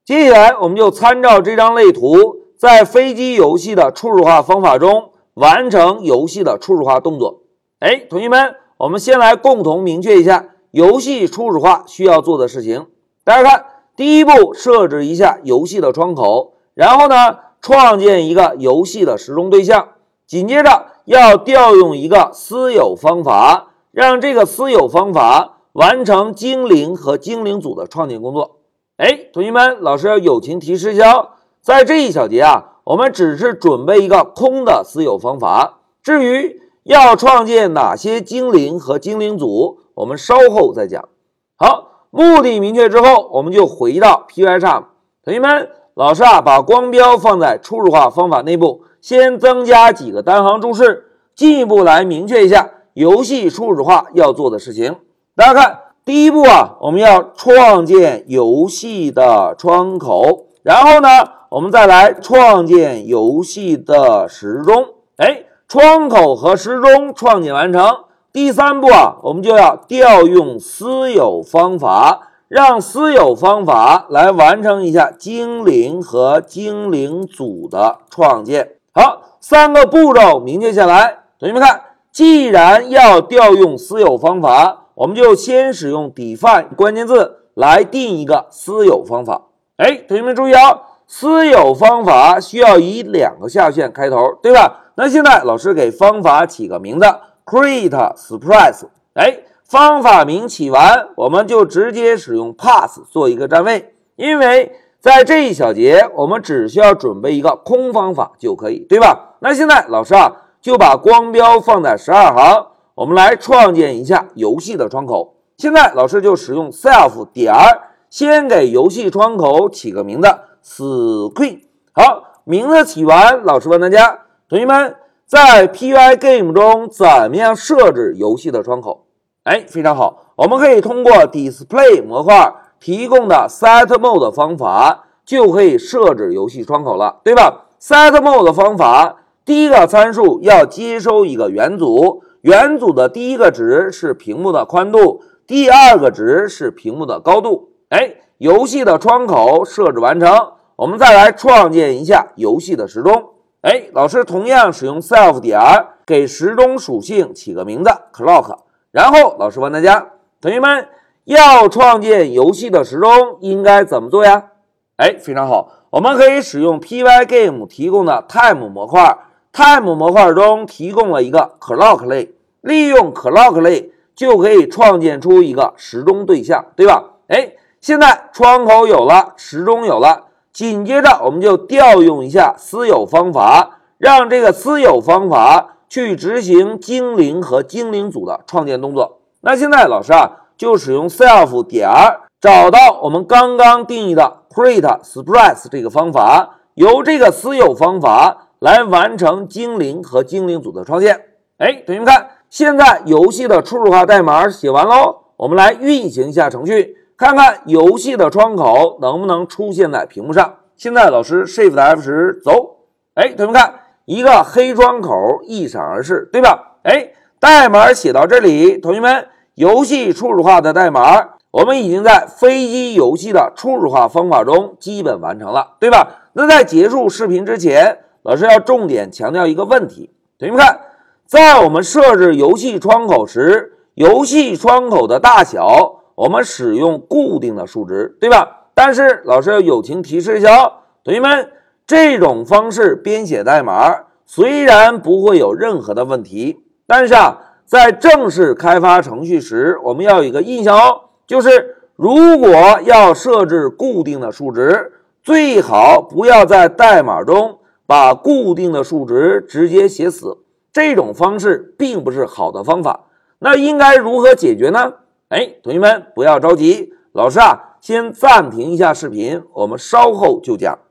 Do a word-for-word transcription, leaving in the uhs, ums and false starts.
接下来我们就参照这张类图，在飞机游戏的初始化方法中完成游戏的初始化动作。哎，同学们，我们先来共同明确一下游戏初始化需要做的事情。大家看，第一步设置一下游戏的窗口，然后呢，创建一个游戏的时钟对象，紧接着要调用一个私有方法，让这个私有方法完成精灵和精灵组的创建工作。哎，同学们，老师要友情提示一下，在这一小节啊，我们只是准备一个空的私有方法，至于要创建哪些精灵和精灵组，我们稍后再讲。好，目的明确之后，我们就回到 P Y 上。同学们，老师啊，把光标放在初始化方法内部，先增加几个单行注释，进一步来明确一下游戏初始化要做的事情。大家看，第一步啊，我们要创建游戏的窗口，然后呢，我们再来创建游戏的时钟。哎，窗口和时钟创建完成。第三步啊，我们就要调用私有方法，让私有方法来完成一下精灵和精灵组的创建。好，三个步骤明确下来。同学们看，既然要调用私有方法，我们就先使用 define 关键字来定一个私有方法。哎，同学们注意啊，私有方法需要以两个下线开头，对吧？那现在老师给方法起个名字 create surprise。哎，方法名起完，我们就直接使用 pass 做一个占位，因为在这一小节我们只需要准备一个空方法就可以，对吧？那现在老师啊就把光标放在十二行，我们来创建一下游戏的窗口。现在老师就使用 self 点先给游戏窗口起个名字 screen。 好，名字起完，老师问大家，同学们，在 P Y Game 中怎么样设置游戏的窗口？哎，非常好，我们可以通过 Display 模块提供的 Set Mode 方法就可以设置游戏窗口了，对吧？ Set Mode 方法，第一个参数要接收一个元组，元组的第一个值是屏幕的宽度，第二个值是屏幕的高度。哎，游戏的窗口设置完成，我们再来创建一下游戏的时钟。哎，老师同样使用 self 点给时钟属性起个名字 clock。 然后老师问大家，同学们，要创建游戏的时钟应该怎么做呀？哎，非常好，我们可以使用 P Y Game 提供的 time 模块， time 模块中提供了一个 clock 类，利用 clock 类就可以创建出一个时钟对象，对吧？哎，现在窗口有了，时钟有了，紧接着我们就调用一下私有方法，让这个私有方法去执行精灵和精灵组的创建动作。那现在老师啊就使用 self 点找到我们刚刚定义的 create surprise 这个方法，由这个私有方法来完成精灵和精灵组的创建。哎，同学们看，现在游戏的初始化代码写完喽，我们来运行一下程序，看看游戏的窗口能不能出现在屏幕上。现在老师 Shift F 十 走。哎，同学们看，一个黑窗口一闪而逝，对吧？哎，代码写到这里，同学们，游戏初始化的代码我们已经在飞机游戏的初始化方法中基本完成了，对吧？那在结束视频之前，老师要重点强调一个问题。同学们看，在我们设置游戏窗口时，游戏窗口的大小我们使用固定的数值，对吧？但是老师要友情提示一下哦，同学们，这种方式编写代码虽然不会有任何的问题，但是啊，在正式开发程序时，我们要有一个印象哦，就是如果要设置固定的数值，最好不要在代码中把固定的数值直接写死，这种方式并不是好的方法。那应该如何解决呢？哎，同学们不要着急，老师啊先暂停一下视频，我们稍后就讲。